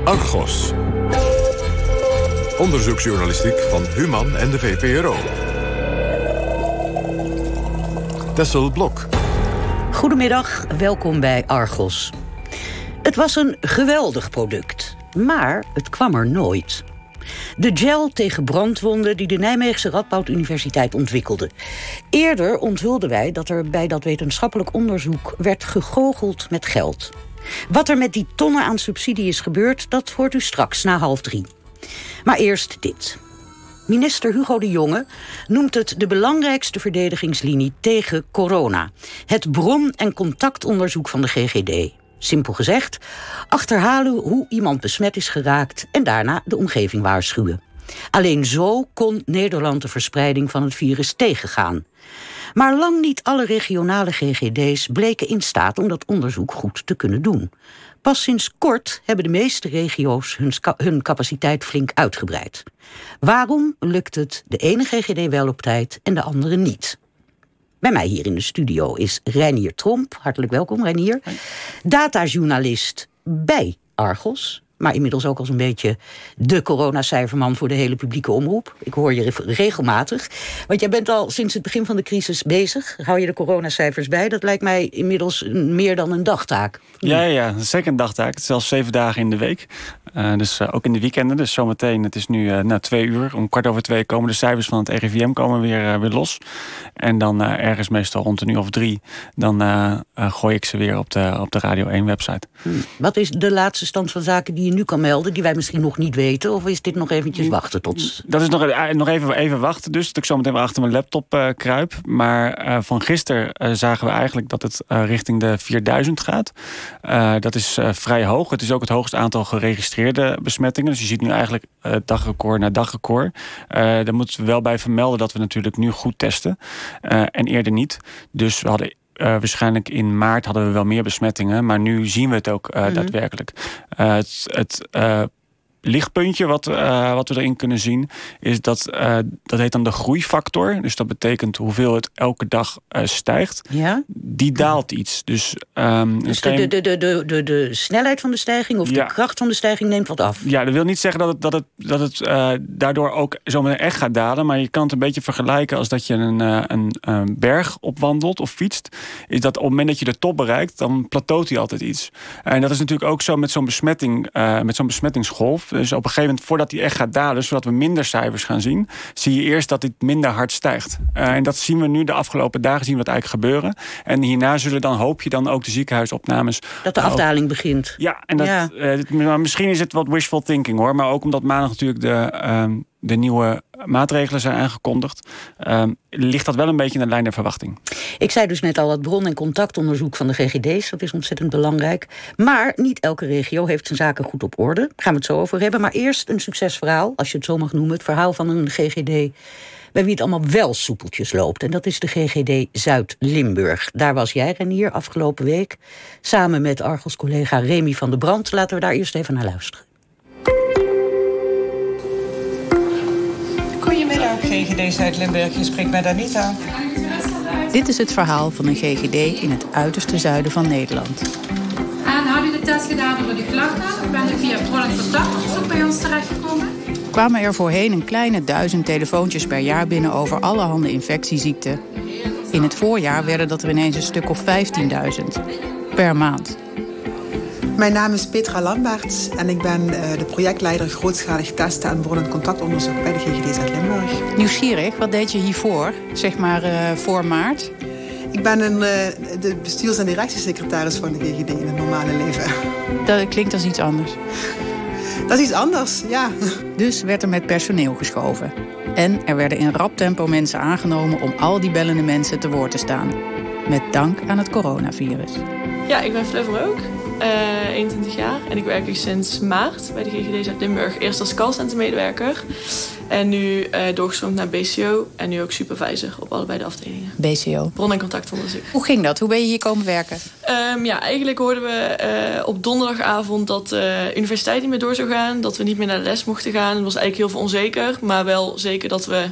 Argos. Onderzoeksjournalistiek van Human en de VPRO. Tessel Blok. Goedemiddag, welkom bij Argos. Het was een geweldig product, maar het kwam er nooit. De gel tegen brandwonden die de Nijmeegse Radboud Universiteit ontwikkelde. Eerder onthulden wij dat er bij dat wetenschappelijk onderzoek werd gegoocheld met geld. Wat er met die tonnen aan subsidie is gebeurd, dat hoort u straks na 2:30. Maar eerst dit. Minister Hugo de Jonge noemt het de belangrijkste verdedigingslinie tegen corona. Het bron- en contactonderzoek van de GGD. Simpel gezegd, achterhalen hoe iemand besmet is geraakt en daarna de omgeving waarschuwen. Alleen zo kon Nederland de verspreiding van het virus tegengaan. Maar lang niet alle regionale GGD's bleken in staat om dat onderzoek goed te kunnen doen. Pas sinds kort hebben de meeste regio's hun capaciteit flink uitgebreid. Waarom lukt het de ene GGD wel op tijd en de andere niet? Bij mij hier in de studio is Reinier Tromp. Hartelijk welkom, Reinier. Datajournalist bij Argos, maar inmiddels ook als een beetje de coronacijferman voor de hele publieke omroep. Ik hoor je regelmatig. Want jij bent al sinds het begin van de crisis bezig. Hou je de coronacijfers bij? Dat lijkt mij inmiddels meer dan een dagtaak. Ja, zeker een dagtaak. Het is zelfs 7 dagen in de week. Dus ook in de weekenden. Dus zometeen, het is nu 2 uur. Om 2:15 komen de cijfers van het RIVM komen weer los. En dan ergens meestal rond 1:00 of 3... dan gooi ik ze weer op de Radio 1 website. Wat is de laatste stand van zaken die je nu kan melden, die wij misschien nog niet weten? Of is dit nog eventjes wachten tot... Dat is nog even wachten dus. Dat ik zo meteen weer achter mijn laptop kruip. Maar van gisteren zagen we eigenlijk dat het richting de 4000 gaat. Dat is vrij hoog. Het is ook het hoogste aantal geregistreerde besmettingen. Dus je ziet nu eigenlijk dagrecord na dagrecord. Daar moeten we wel bij vermelden dat we natuurlijk nu goed testen. En eerder niet. Dus we hadden... waarschijnlijk in maart hadden we wel meer besmettingen, maar nu zien we het ook daadwerkelijk. Het lichtpuntje wat we erin kunnen zien is dat heet dan de groeifactor. Dus dat betekent hoeveel het elke dag stijgt. Ja? Die daalt iets. Dus de snelheid van de stijging of de kracht van de stijging neemt wat af. Ja, dat wil niet zeggen dat het daardoor ook zometeen echt gaat dalen. Maar je kan het een beetje vergelijken als dat je een berg opwandelt of fietst. Is dat op het moment dat je de top bereikt, dan plateaut hij altijd iets. En dat is natuurlijk ook zo met zo'n besmetting, met zo'n besmettingsgolf. Dus op een gegeven moment, voordat die echt gaat dalen, zodat we minder cijfers gaan zien, zie je eerst dat dit minder hard stijgt. En dat zien we nu de afgelopen dagen, zien we het eigenlijk gebeuren. En hierna hoop je dan ook de ziekenhuisopnames. Dat de afdaling begint. Ja, en misschien is het wat wishful thinking hoor, maar ook omdat maandag natuurlijk de nieuwe maatregelen zijn aangekondigd, ligt dat wel een beetje in de lijn der verwachting. Ik zei dus net al, het bron- en contactonderzoek van de GGD's, dat is ontzettend belangrijk. Maar niet elke regio heeft zijn zaken goed op orde. Daar gaan we het zo over hebben. Maar eerst een succesverhaal, als je het zo mag noemen. Het verhaal van een GGD bij wie het allemaal wel soepeltjes loopt. En dat is de GGD Zuid-Limburg. Daar was jij, Reinier, afgelopen week, samen met Argos-collega Remy van der Brand. Laten we daar eerst even naar luisteren. Goedemiddag, GGD Zuid-Limburg. Je spreekt met Anita. Dit is het verhaal van een GGD in het uiterste zuiden van Nederland. En had u de test gedaan door die klachten? Of bent u via bron- en contactonderzoek bij ons terechtgekomen? Kwamen er voorheen een kleine 1000 telefoontjes per jaar binnen over allerhande infectieziekten. In het voorjaar werden dat er ineens een stuk of 15.000 per maand. Mijn naam is Petra Lamberts en ik ben de projectleider grootschalig testen en bron- en contactonderzoek bij de GGD Zuid-Limburg. Nieuwsgierig, wat deed je hiervoor? Zeg maar voor maart? Ik ben de bestuurs- en directiesecretaris van de GGD in het normale leven. Dat klinkt als iets anders. Dat is iets anders, ja. Dus werd er met personeel geschoven. En er werden in rap tempo mensen aangenomen om al die bellende mensen te woord te staan. Met dank aan het coronavirus. Ja, ik ben Fleur ook. 21 jaar en ik werk sinds maart bij de GGD Zuid-Limburg. Eerst als callcentermedewerker en nu doorgestroomd naar BCO en nu ook supervisor op allebei de afdelingen. BCO? Bron- en contactonderzoek. Hoe ging dat? Hoe ben je hier komen werken? Eigenlijk hoorden we op donderdagavond dat de universiteit niet meer door zou gaan. Dat we niet meer naar de les mochten gaan. Het was eigenlijk heel veel onzeker, maar wel zeker dat we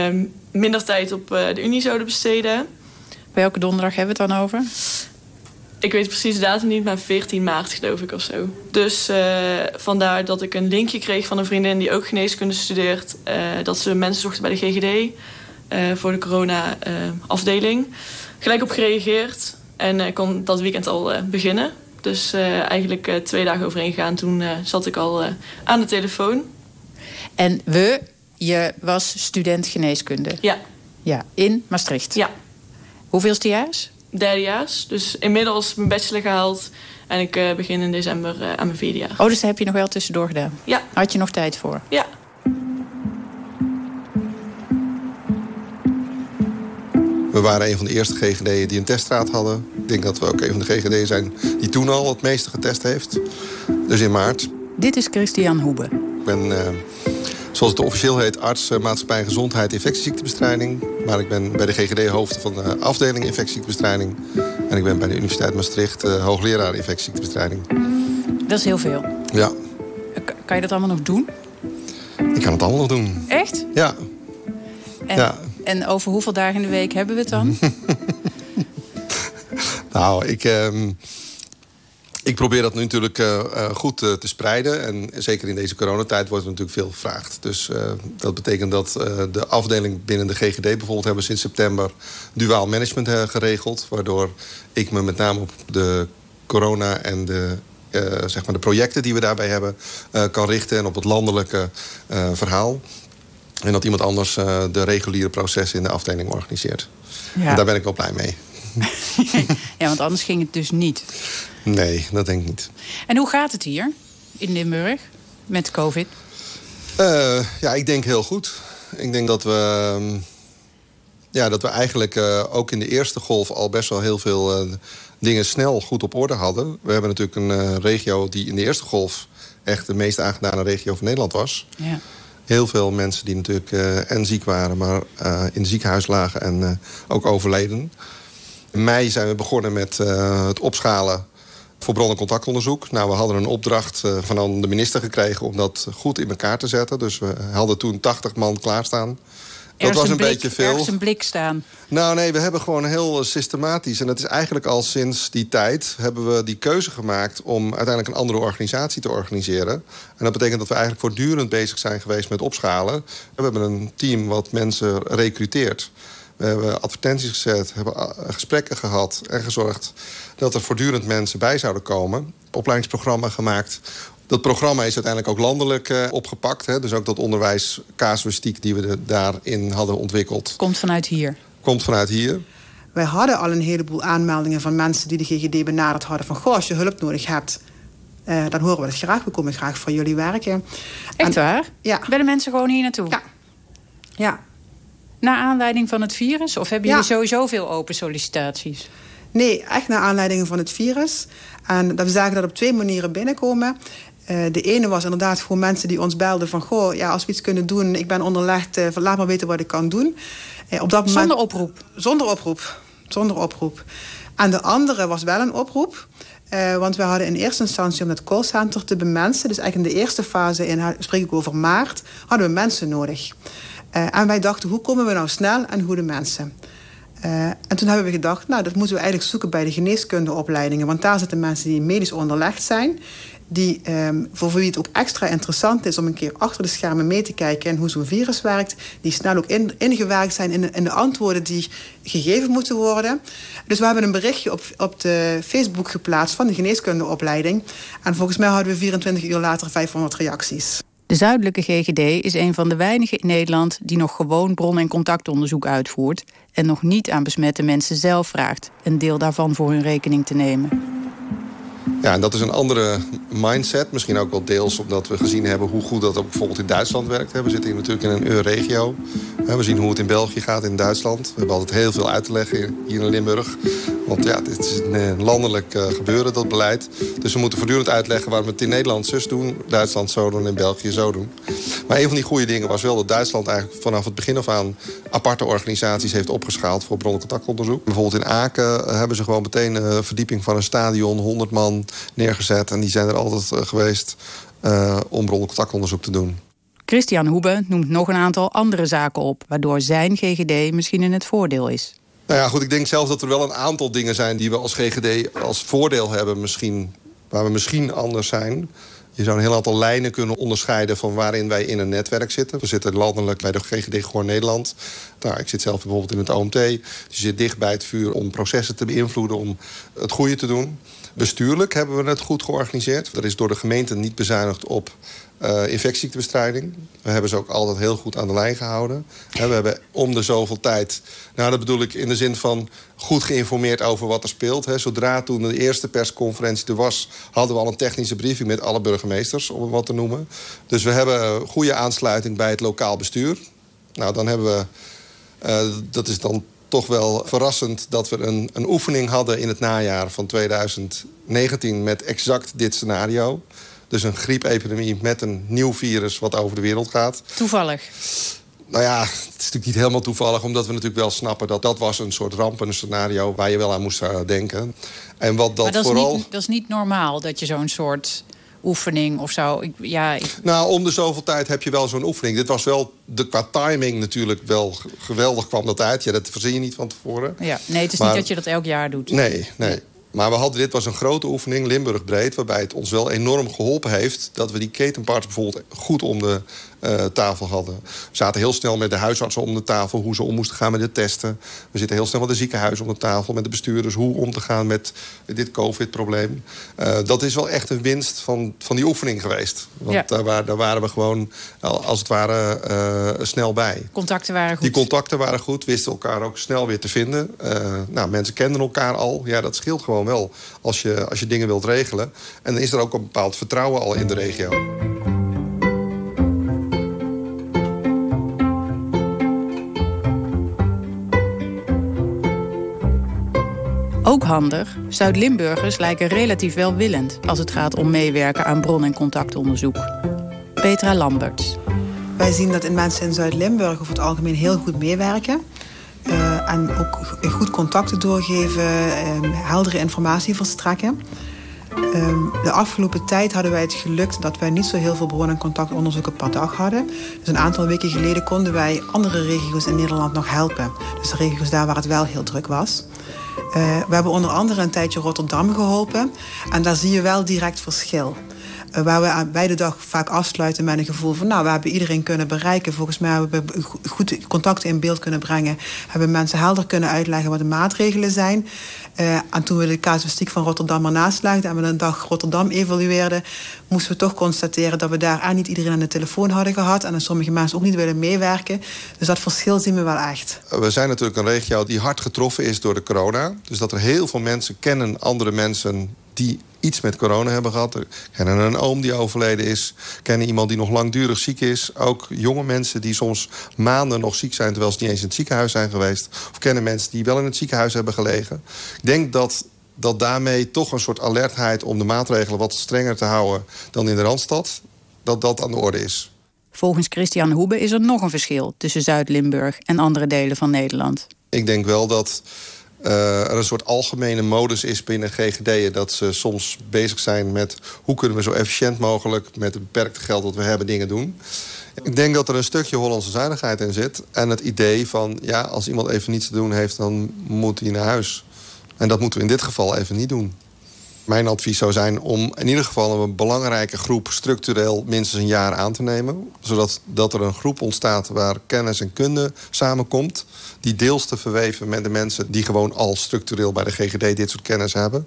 minder tijd op de unie zouden besteden. Welke donderdag hebben we het dan over? Ik weet precies de datum niet, maar 14 maart geloof ik of zo. Dus vandaar dat ik een linkje kreeg van een vriendin die ook geneeskunde studeert. Dat ze mensen zochten bij de GGD voor de corona-afdeling. Gelijk op gereageerd en kon dat weekend al beginnen. Dus eigenlijk 2 dagen overheen gegaan. Toen zat ik al aan de telefoon. En je was student geneeskunde? Ja. Ja, in Maastricht? Ja. Hoeveelstejaars? Derdejaars. Dus inmiddels mijn bachelor gehaald. En ik begin in december aan mijn 4e jaar. Oh, dus daar heb je nog wel tussendoor gedaan? Ja. Had je nog tijd voor? Ja. We waren een van de eerste GGD'en die een teststraat hadden. Ik denk dat we ook een van de GGD'en zijn die toen al het meeste getest heeft. Dus in maart. Dit is Christian Hoebe. Ik ben, zoals het officieel heet, arts maatschappij en gezondheid infectieziektebestrijding. Maar ik ben bij de GGD hoofd van de afdeling infectieziektebestrijding. En ik ben bij de Universiteit Maastricht hoogleraar infectieziektebestrijding. Dat is heel veel. Ja. Kan je dat allemaal nog doen? Ik kan het allemaal nog doen. Echt? Ja. En over hoeveel dagen in de week hebben we het dan? Nou, ik probeer dat nu natuurlijk goed te spreiden. En zeker in deze coronatijd wordt er natuurlijk veel gevraagd. Dus dat betekent dat de afdeling binnen de GGD bijvoorbeeld hebben sinds september duaal management geregeld. Waardoor ik me met name op de corona en de projecten die we daarbij hebben kan richten. En op het landelijke verhaal. En dat iemand anders de reguliere processen in de afdeling organiseert. Ja. En daar ben ik wel blij mee. Ja, want anders ging het dus niet. Nee, dat denk ik niet. En hoe gaat het hier in Limburg met COVID? Ja, ik denk heel goed. Ik denk dat we eigenlijk ook in de eerste golf al best wel heel veel dingen snel goed op orde hadden. We hebben natuurlijk een regio die in de eerste golf echt de meest aangedane regio van Nederland was. Ja. Heel veel mensen die natuurlijk en ziek waren, maar in het ziekenhuis lagen en ook overleden. In mei zijn we begonnen met het opschalen voor bron- en contactonderzoek. Nou, we hadden een opdracht van de minister gekregen om dat goed in elkaar te zetten. Dus we hadden toen 80 man klaarstaan. Dat was een beetje veel. Ergens een blik staan. Nou nee, we hebben gewoon heel systematisch. En dat is eigenlijk al sinds die tijd hebben we die keuze gemaakt om uiteindelijk een andere organisatie te organiseren. En dat betekent dat we eigenlijk voortdurend bezig zijn geweest met opschalen. We hebben een team wat mensen recruteert. We hebben advertenties gezet, hebben gesprekken gehad en gezorgd dat er voortdurend mensen bij zouden komen. Opleidingsprogramma gemaakt. Dat programma is uiteindelijk ook landelijk opgepakt. Hè? Dus ook dat onderwijscasuïstiek die we daarin hadden ontwikkeld. Komt vanuit hier? Komt vanuit hier. Wij hadden al een heleboel aanmeldingen van mensen die de GGD benaderd hadden. Van, goh, als je hulp nodig hebt, dan horen we dat graag. We komen graag voor jullie werken. Echt waar? Ja. Willen mensen gewoon hier naartoe? Ja. Ja. Naar aanleiding van het virus? Of hebben jullie sowieso veel open sollicitaties? Nee, echt naar aanleiding van het virus. En we zagen dat op 2 manieren binnenkomen. De ene was inderdaad gewoon mensen die ons belden van, goh, ja, als we iets kunnen doen, ik ben onderlegd, laat maar weten wat ik kan doen. Op dat moment, zonder oproep? Zonder oproep. En de andere was wel een oproep. Want we hadden in eerste instantie om het callcenter te bemensen, dus eigenlijk in de eerste fase, spreek ik over maart, hadden we mensen nodig. En wij dachten, hoe komen we nou snel aan goede mensen? En toen hebben we gedacht, nou, dat moeten we eigenlijk zoeken bij de geneeskundeopleidingen. Want daar zitten mensen die medisch onderlegd zijn. Voor wie het ook extra interessant is om een keer achter de schermen mee te kijken en hoe zo'n virus werkt. Die snel ook ingewerkt zijn in de antwoorden die gegeven moeten worden. Dus we hebben een berichtje op de Facebook geplaatst van de geneeskundeopleiding. En volgens mij hadden we 24 uur later 500 reacties. De Zuidelijke GGD is een van de weinigen in Nederland die nog gewoon bron- en contactonderzoek uitvoert en nog niet aan besmette mensen zelf vraagt een deel daarvan voor hun rekening te nemen. Ja, en dat is een andere mindset. Misschien ook wel deels omdat we gezien hebben hoe goed dat ook bijvoorbeeld in Duitsland werkt. We zitten hier natuurlijk in een EU-regio. We zien hoe het in België gaat, in Duitsland. We hebben altijd heel veel uit te leggen hier in Limburg. Want ja, dit is een landelijk gebeuren, dat beleid. Dus we moeten voortdurend uitleggen waarom we het in Nederland zus doen, Duitsland zo doen en in België zo doen. Maar een van die goede dingen was wel dat Duitsland eigenlijk vanaf het begin af aan aparte organisaties heeft opgeschaald voor bron- en contactonderzoek. Bijvoorbeeld in Aken hebben ze gewoon meteen een verdieping van een stadion, 100 man neergezet. En die zijn er altijd geweest om bron- en contactonderzoek te doen. Christian Hoebe noemt nog een aantal andere zaken op, waardoor zijn GGD misschien in het voordeel is. Nou ja, goed, ik denk zelf dat er wel een aantal dingen zijn die we als GGD als voordeel hebben, waar we misschien anders zijn. Je zou een heel aantal lijnen kunnen onderscheiden van waarin wij in een netwerk zitten. We zitten landelijk bij de GGD Goor Nederland. Nou, ik zit zelf bijvoorbeeld in het OMT. Dus je zit dicht bij het vuur om processen te beïnvloeden, om het goede te doen. Bestuurlijk hebben we het goed georganiseerd. Er is door de gemeente niet bezuinigd op infectieziektebestrijding. We hebben ze ook altijd heel goed aan de lijn gehouden. We hebben om de zoveel tijd, nou dat bedoel ik in de zin van goed geïnformeerd over wat er speelt. Zodra toen de eerste persconferentie er was, hadden we al een technische briefing met alle burgemeesters, om het wat te noemen. Dus we hebben goede aansluiting bij het lokaal bestuur. Nou, dan hebben we, dat is dan toch wel verrassend dat we een oefening hadden in het najaar van 2019 met exact dit scenario. Dus een griepepidemie met een nieuw virus wat over de wereld gaat. Toevallig? Nou ja, het is natuurlijk niet helemaal toevallig, omdat we natuurlijk wel snappen dat was een soort rampenscenario waar je wel aan moest denken. En wat dat, maar vooral. Dat is niet normaal dat je zo'n soort oefening of zo. Nou, om de zoveel tijd heb je wel zo'n oefening. Dit was wel qua timing natuurlijk wel geweldig kwam dat uit. Ja, dat verzin je niet van tevoren. Ja, nee, het is niet dat je dat elk jaar doet. Nee. Maar dit was een grote oefening, Limburg breed, waarbij het ons wel enorm geholpen heeft dat we die ketenpartners bijvoorbeeld goed om de tafel hadden. We zaten heel snel met de huisartsen om de tafel, hoe ze om moesten gaan met de testen. We zitten heel snel met de ziekenhuizen om de tafel, met de bestuurders, hoe om te gaan met dit COVID-probleem. Dat is wel echt een winst van die oefening geweest. Want daar waren we gewoon, als het ware, snel bij. Contacten waren goed. Die contacten waren goed, wisten elkaar ook snel weer te vinden. Mensen kenden elkaar al. Ja, dat scheelt gewoon wel als je dingen wilt regelen. En dan is er ook een bepaald vertrouwen al in de regio. Ook handig, Zuid-Limburgers lijken relatief welwillend als het gaat om meewerken aan bron- en contactonderzoek. Petra Lamberts. Wij zien dat mensen in Zuid-Limburg over het algemeen heel goed meewerken. En ook goed contacten doorgeven, heldere informatie verstrekken. De afgelopen tijd hadden wij het gelukt dat wij niet zo heel veel bron- en contactonderzoeken per dag hadden. Dus een aantal weken geleden konden wij andere regio's in Nederland nog helpen. Dus de regio's daar waar het wel heel druk was. We hebben onder andere een tijdje Rotterdam geholpen. En daar zie je wel direct verschil. Waar we bij de dag vaak afsluiten met een gevoel van, we hebben iedereen kunnen bereiken. Volgens mij hebben we goed contacten in beeld kunnen brengen. Hebben mensen helder kunnen uitleggen wat de maatregelen zijn. En toen we de casuïstiek van Rotterdam ernaast legden en we een dag Rotterdam evalueerden, moesten we toch constateren dat we daar niet iedereen aan de telefoon hadden gehad. En sommige mensen ook niet willen meewerken. Dus dat verschil zien we wel echt. We zijn natuurlijk een regio die hard getroffen is door de corona. Dus dat er heel veel mensen kennen andere mensen die iets met corona hebben gehad. We kennen een oom die overleden is. Kennen iemand die nog langdurig ziek is. Ook jonge mensen die soms maanden nog ziek zijn terwijl ze niet eens in het ziekenhuis zijn geweest. Of kennen mensen die wel in het ziekenhuis hebben gelegen. Ik denk dat daarmee toch een soort alertheid om de maatregelen wat strenger te houden dan in de Randstad, dat aan de orde is. Volgens Christian Hoebe is er nog een verschil tussen Zuid-Limburg en andere delen van Nederland. Ik denk wel dat er een soort algemene modus is binnen GGD'en dat ze soms bezig zijn met hoe kunnen we zo efficiënt mogelijk met het beperkte geld dat we hebben dingen doen. Ik denk dat er een stukje Hollandse zuinigheid in zit. En het idee van, als iemand even niets te doen heeft, dan moet hij naar huis. En dat moeten we in dit geval even niet doen. Mijn advies zou zijn om in ieder geval een belangrijke groep structureel minstens een jaar aan te nemen. Zodat er een groep ontstaat waar kennis en kunde samenkomt. Die deels te verweven met de mensen die gewoon al structureel bij de GGD dit soort kennis hebben.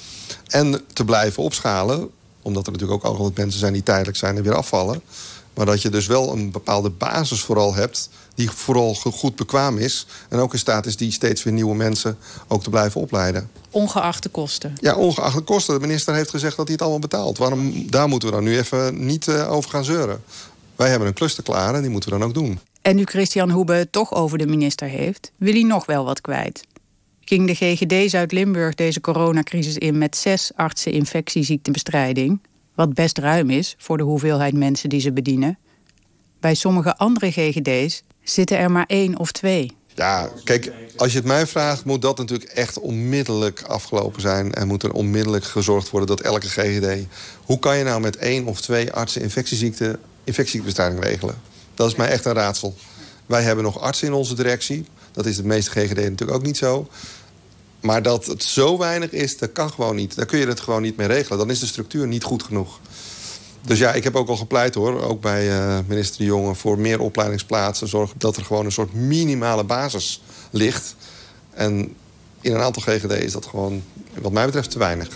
En te blijven opschalen, omdat er natuurlijk ook al wat mensen zijn die tijdelijk zijn en weer afvallen. Maar dat je dus wel een bepaalde basis vooral hebt die vooral goed bekwaam is. En ook in staat is die steeds weer nieuwe mensen ook te blijven opleiden. Ongeacht de kosten? Ja, ongeacht de kosten. De minister heeft gezegd dat hij het allemaal betaalt. Daar moeten we dan nu even niet over gaan zeuren. Wij hebben een cluster klaar en die moeten we dan ook doen. En nu Christian Hoebe het toch over de minister heeft, wil hij nog wel wat kwijt. Ging de GGD Zuid-Limburg deze coronacrisis in met 6 artsen infectieziektebestrijding, wat best ruim is voor de hoeveelheid mensen die ze bedienen. Bij sommige andere GGD's zitten er maar 1 of 2. Ja, kijk, als je het mij vraagt, moet dat natuurlijk echt onmiddellijk afgelopen zijn. En moet er onmiddellijk gezorgd worden dat elke GGD... Hoe kan je nou met 1 of 2 artsen infectieziektebestrijding regelen? Dat is mij echt een raadsel. Wij hebben nog artsen in onze directie. Dat is de meeste GGD natuurlijk ook niet zo. Maar dat het zo weinig is, dat kan gewoon niet. Daar kun je het gewoon niet mee regelen. Dan is de structuur niet goed genoeg. Dus ja, ik heb ook al gepleit hoor, ook bij minister De Jonge... voor meer opleidingsplaatsen. Zorgen dat er gewoon een soort minimale basis ligt. En in een aantal GGD is dat gewoon, wat mij betreft, te weinig.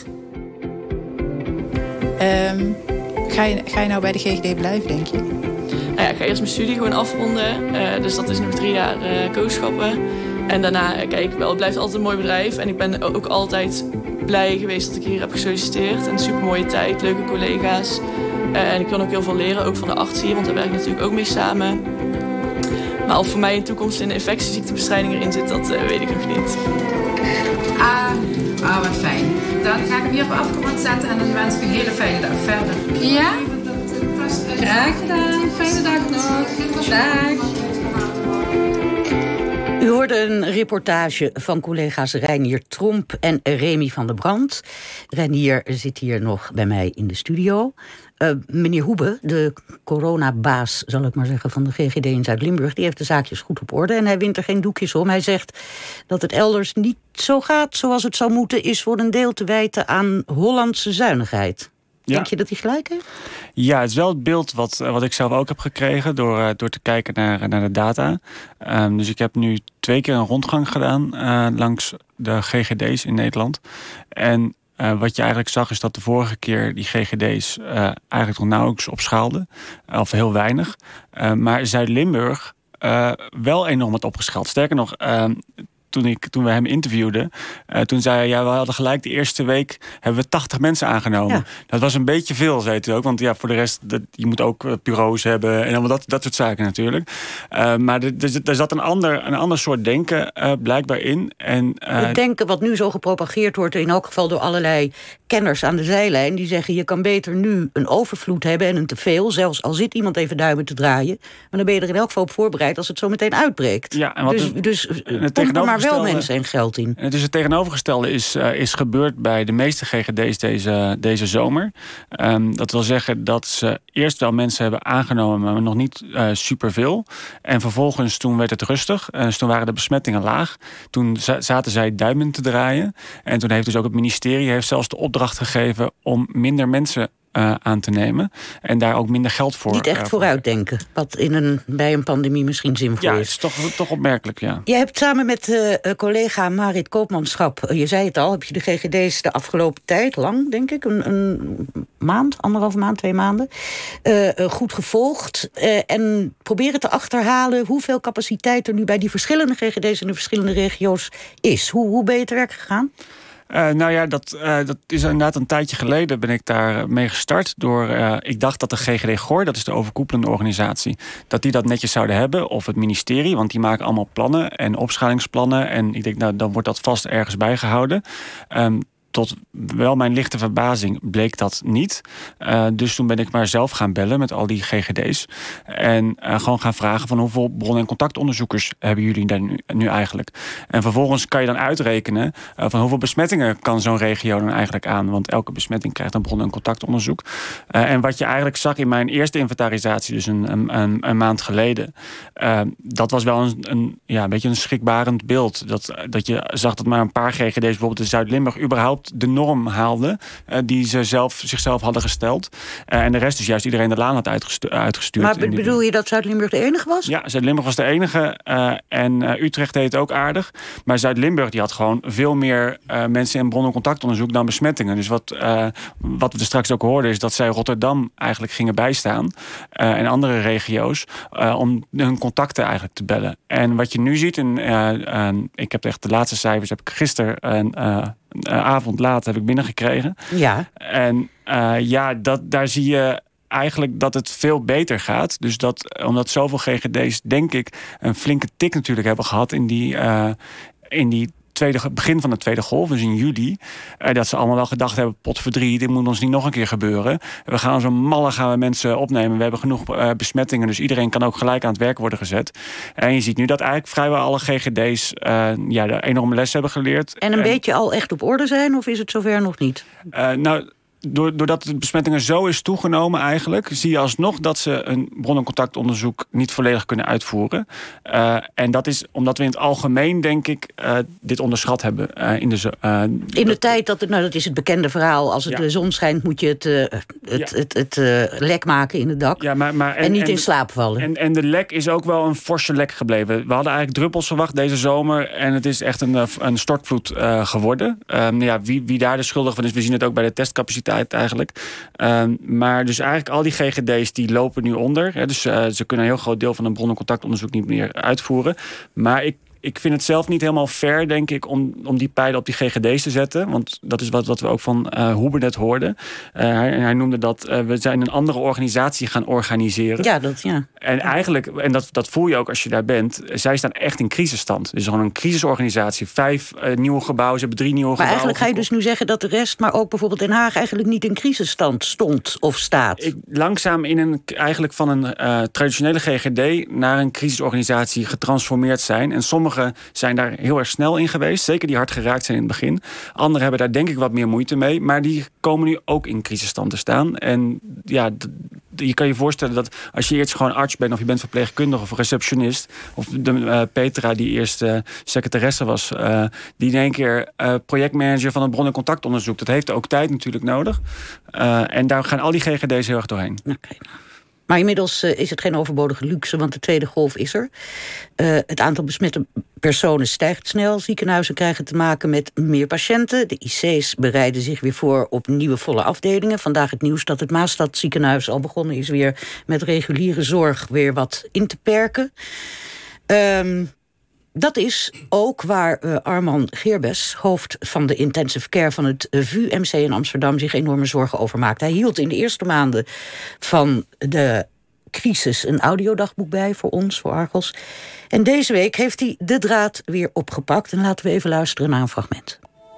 Ga je nou bij de GGD blijven, denk je? Nou ja, ik ga eerst mijn studie gewoon afronden. Dus dat is nog 3 jaar kooschappen. En daarna, kijk, het blijft altijd een mooi bedrijf. En ik ben ook altijd blij geweest dat ik hier heb gesolliciteerd. Een supermooie tijd, leuke collega's. En ik kan ook heel veel leren, ook van de arts hier. Want daar werk ik natuurlijk ook mee samen. Maar of voor mij in toekomst in de infectieziektebestrijding erin zit, dat weet ik nog niet. Wat fijn. Dan ga ik hem hier op afgerond zetten en dan wens ik een hele fijne dag verder. Ja? Graag gedaan. Fijne dag nog. Dag. U hoorde een reportage van collega's Reinier Tromp en Remy van der Brand. Reinier zit hier nog bij mij in de studio. Meneer Hoebe, de coronabaas, zal ik maar zeggen, van de GGD in Zuid-Limburg, die heeft de zaakjes goed op orde en hij wint er geen doekjes om. Hij zegt dat het elders niet zo gaat zoals het zou moeten, is voor een deel te wijten aan Hollandse zuinigheid. Ja. Denk je dat hij gelijk heeft? Ja, het is wel het beeld wat ik zelf ook heb gekregen door te kijken naar de data. Dus ik heb nu 2 keer een rondgang gedaan langs de GGD's in Nederland. En wat je eigenlijk zag is dat de vorige keer die GGD's eigenlijk nog nauwelijks opschaalden. Of heel weinig. Maar Zuid-Limburg wel enorm had opgeschaald. Sterker nog, toen we hem interviewden, toen zei hij, ja, we hadden gelijk de eerste week hebben we 80 mensen aangenomen. Ja. Dat was een beetje veel, zei hij ook. Want ja, voor de rest, je moet ook bureaus hebben en allemaal dat soort zaken natuurlijk. Maar er zat een ander soort denken blijkbaar in. En, het denken wat nu zo gepropageerd wordt, in elk geval door allerlei kenners aan de zijlijn, die zeggen, je kan beter nu een overvloed hebben en een teveel, zelfs al zit iemand even duimen te draaien, maar dan ben je er in elk geval op voorbereid als het zo meteen uitbreekt. Ja, en dus pomp er maar wel mensen en geld in. Dus het tegenovergestelde is gebeurd bij de meeste GGD's deze zomer. Dat wil zeggen dat ze eerst wel mensen hebben aangenomen, maar nog niet superveel. En vervolgens toen werd het rustig. Dus toen waren de besmettingen laag. Toen zaten zij duimen te draaien. En toen heeft dus ook het ministerie zelfs de opdracht gegeven om minder mensen aan te nemen. En daar ook minder geld voor. Niet echt vooruitdenken. Wat bij een pandemie misschien zinvol is. Ja, het is toch opmerkelijk, ja. Je hebt samen met collega Marit Koopmanschap, je zei het al, heb je de GGD's de afgelopen tijd, lang denk ik, een maand, 1,5 maand, 2 maanden, goed gevolgd. En proberen te achterhalen hoeveel capaciteit er nu bij die verschillende GGD's in de verschillende regio's is. Hoe ben je te werk gegaan? Nou ja, dat is inderdaad een tijdje geleden ben ik daar mee gestart. Ik dacht dat de GGD Goor, dat is de overkoepelende organisatie, dat die dat netjes zouden hebben. Of het ministerie, want die maken allemaal plannen en opschalingsplannen. En ik denk, nou, dan wordt dat vast ergens bijgehouden. Tot wel mijn lichte verbazing bleek dat niet. Dus toen ben ik maar zelf gaan bellen met al die GGD's. En gewoon gaan vragen van hoeveel bron- en contactonderzoekers hebben jullie daar nu eigenlijk. En vervolgens kan je dan uitrekenen van hoeveel besmettingen kan zo'n regio dan eigenlijk aan. Want elke besmetting krijgt een bron- en contactonderzoek. En wat je eigenlijk zag in mijn eerste inventarisatie, dus een maand geleden. Dat was wel een beetje een schrikbarend beeld. Dat je zag dat maar een paar GGD's, bijvoorbeeld in Zuid-Limburg, überhaupt de norm haalden die ze zichzelf hadden gesteld. En de rest dus juist iedereen de laan had uitgestuurd. Maar bedoel je dat Zuid-Limburg de enige was? Ja, Zuid-Limburg was de enige. En Utrecht deed het ook aardig. Maar Zuid-Limburg die had gewoon veel meer mensen in bron- en contactonderzoek dan besmettingen. Dus wat we er straks ook hoorden is dat zij Rotterdam eigenlijk gingen bijstaan. En andere regio's. Om hun contacten eigenlijk te bellen. En wat je nu ziet, ik heb echt de laatste cijfers, heb ik gisteren avond laat heb ik binnengekregen. Ja. En daar zie je eigenlijk dat het veel beter gaat. Dus omdat zoveel GGD's, denk ik, een flinke tik natuurlijk hebben gehad in die begin van de tweede golf, dus in juli, dat ze allemaal wel gedacht hebben, potverdrie, dit moet ons niet nog een keer gebeuren. We gaan zo'n malle mensen opnemen. We hebben genoeg besmettingen, dus iedereen kan ook gelijk aan het werk worden gezet. En je ziet nu dat eigenlijk vrijwel alle GGD's de enorme les hebben geleerd. En een beetje al echt op orde zijn, of is het zover nog niet? doordat de besmettingen zo is toegenomen eigenlijk, zie je alsnog dat ze een bron- en contactonderzoek niet volledig kunnen uitvoeren. En dat is omdat we in het algemeen, denk ik, dit onderschat hebben. In de tijd dat is het bekende verhaal. Als het de zon schijnt, moet je het lek maken in het dak. Ja, en niet in slaap vallen. En de lek is ook wel een forse lek gebleven. We hadden eigenlijk druppels verwacht deze zomer. En het is echt een stortvloed geworden. Wie daar de schuldig van is, we zien het ook bij de testcapaciteit eigenlijk. Maar dus eigenlijk al die GGD's die lopen nu onder. Hè, dus ze kunnen een heel groot deel van een bron- en contactonderzoek niet meer uitvoeren. Maar ik vind het zelf niet helemaal fair, denk ik, om die pijlen op die GGD's te zetten. Want dat is wat we ook van Huber net hoorden. Hij noemde dat we zijn een andere organisatie gaan organiseren. Ja. En eigenlijk, en dat voel je ook als je daar bent, zij staan echt in crisisstand. Dus gewoon een crisisorganisatie. 5 nieuwe gebouwen, ze hebben 3 nieuwe gebouwen. Maar eigenlijk ga je dus nu zeggen dat de rest, maar ook bijvoorbeeld Den Haag, eigenlijk niet in crisisstand stond of staat. Langzaam eigenlijk van een traditionele GGD naar een crisisorganisatie getransformeerd zijn. En sommige zijn daar heel erg snel in geweest. Zeker die hard geraakt zijn in het begin. Anderen hebben daar denk ik wat meer moeite mee. Maar die komen nu ook in crisisstand te staan. En ja, je kan je voorstellen dat als je eerst gewoon arts bent, of je bent verpleegkundige of receptionist, of Petra die eerst secretaresse was, die in één keer projectmanager van een bron- en contactonderzoek. Dat heeft ook tijd natuurlijk nodig. En daar gaan al die GGD's heel erg doorheen. Okay. Maar inmiddels is het geen overbodige luxe, want de tweede golf is er. Het aantal besmette personen stijgt snel. Ziekenhuizen krijgen te maken met meer patiënten. De IC's bereiden zich weer voor op nieuwe volle afdelingen. Vandaag het nieuws dat het Maastadziekenhuis al begonnen is weer met reguliere zorg weer wat in te perken. Dat is ook waar Arman Geerbes, hoofd van de intensive care van het VU-MC in Amsterdam, zich enorme zorgen over maakt. Hij hield in de eerste maanden van de crisis een audiodagboek bij voor ons, voor Argos. En deze week heeft hij de draad weer opgepakt. En laten we even luisteren naar een fragment.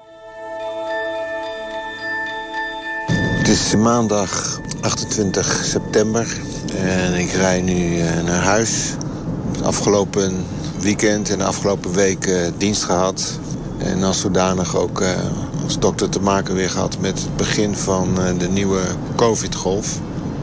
Het is maandag 28 september en ik rij nu naar huis. Het afgelopen weekend en de afgelopen week dienst gehad. En als zodanig ook als dokter te maken weer gehad met het begin van de nieuwe COVID-golf.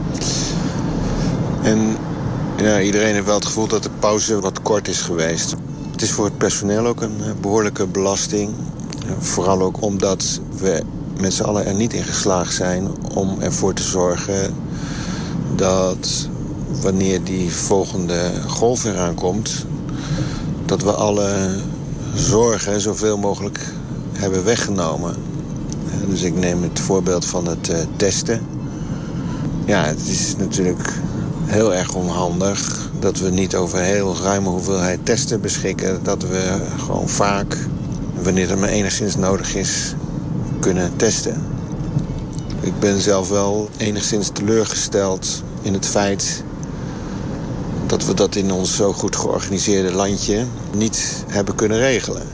En ja, iedereen heeft wel het gevoel dat de pauze wat kort is geweest. Het is voor het personeel ook een behoorlijke belasting. Vooral ook omdat we met z'n allen er niet in geslaagd zijn om ervoor te zorgen dat wanneer die volgende golf weer aankomt, dat we alle zorgen zoveel mogelijk hebben weggenomen. Dus ik neem het voorbeeld van het testen. Ja, het is natuurlijk heel erg onhandig dat we niet over een heel ruime hoeveelheid testen beschikken. Dat we gewoon vaak, wanneer het maar enigszins nodig is, kunnen testen. Ik ben zelf wel enigszins teleurgesteld in het feit dat we dat in ons zo goed georganiseerde landje niet hebben kunnen regelen.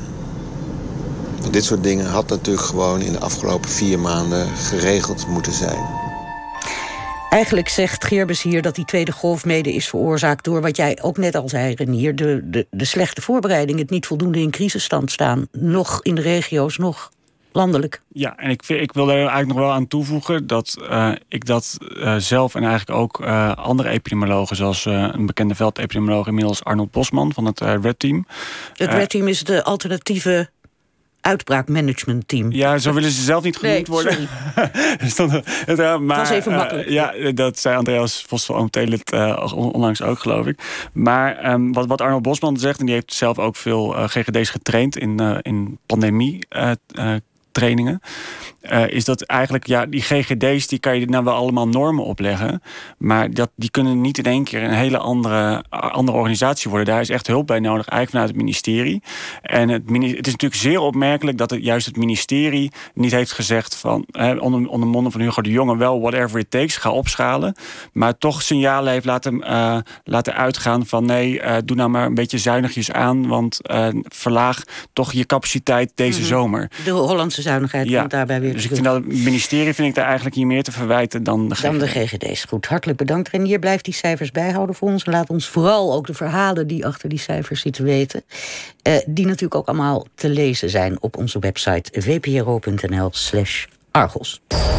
Dit soort dingen had natuurlijk gewoon in de afgelopen 4 maanden geregeld moeten zijn. Eigenlijk zegt Geerbes hier dat die tweede golf mede is veroorzaakt door wat jij ook net al zei, Renier, de slechte voorbereiding, het niet voldoende in crisisstand staan. Nog in de regio's, nog landelijk. Ja, en ik wil er eigenlijk nog wel aan toevoegen dat ik dat zelf en eigenlijk ook andere epidemiologen, zoals een bekende veldepidemioloog inmiddels Arnold Bosman van het Red Team. Het Red Team is de alternatieve uitbraakmanagementteam. Ja, zo willen ze zelf niet genoemd worden. Het was even makkelijk. Ja, dat zei Andreas Vos van OMT-lid onlangs ook, geloof ik. Maar wat Arnold Bosman zegt, en die heeft zelf ook veel GGD's getraind in pandemie trainingen, is dat eigenlijk, die GGD's, die kan je nou wel allemaal normen opleggen, maar die kunnen niet in één keer een hele andere organisatie worden. Daar is echt hulp bij nodig, eigenlijk vanuit het ministerie. En het is natuurlijk zeer opmerkelijk dat juist het ministerie niet heeft gezegd van, onder monden van Hugo de Jonge, wel whatever it takes, ga opschalen, maar toch signalen heeft laten uitgaan van nee, doe nou maar een beetje zuinigjes aan, want verlaag toch je capaciteit deze zomer. De Hollandse zuinigheid komt daarbij weer. Dus ik vind dat het ministerie hier eigenlijk meer te verwijten dan de GGD. Dan de GGD's. Goed, hartelijk bedankt. En hier blijft die cijfers bijhouden voor ons. Laat ons vooral ook de verhalen die achter die cijfers zitten weten. Die natuurlijk ook allemaal te lezen zijn op onze website vpro.nl/Argos.